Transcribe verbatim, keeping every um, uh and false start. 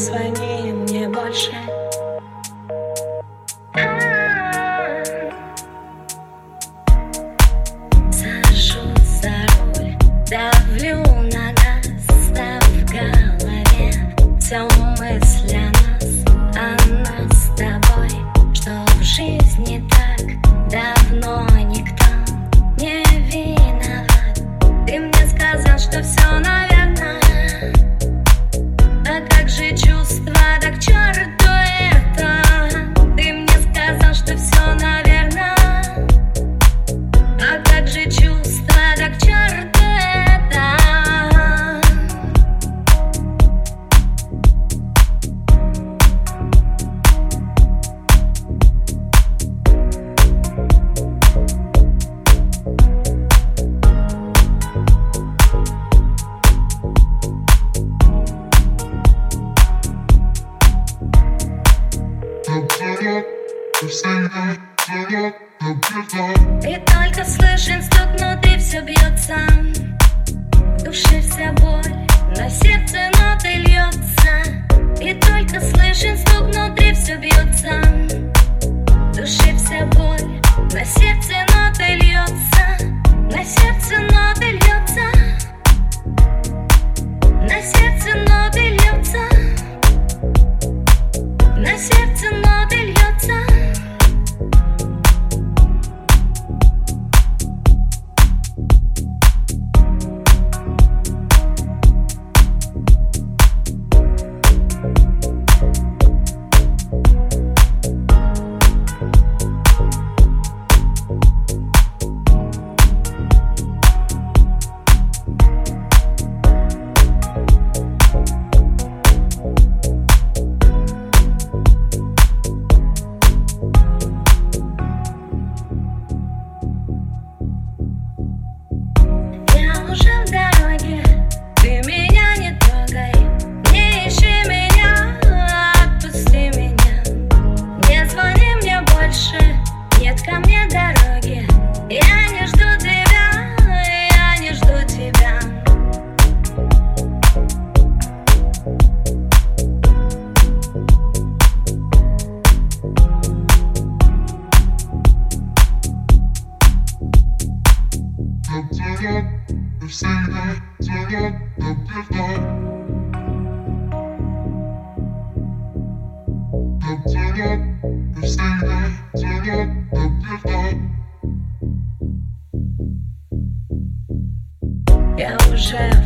звони мне больше. Сажусь за руль, давлю на газ, ставь в голове все мысли о нас, о нас с тобой, что в жизни так давно никто не виноват. Ты мне сказал, что все наверно, а как же чувства, так к черту это. Ты мне сказал, что все наверно, а как же чувства, так к черту это. И только слышен стук, внутри все бьется, в душе вся боль, на сердце ноты льется. И только слышен стук, внутри все бьется, в душе вся боль, на сердце ноты льется, на сердце ноты льется, на сердце ноты льется, на сердце ноты льется. Нет ко мне дороги, я не жду тебя, я не жду тебя. Я уже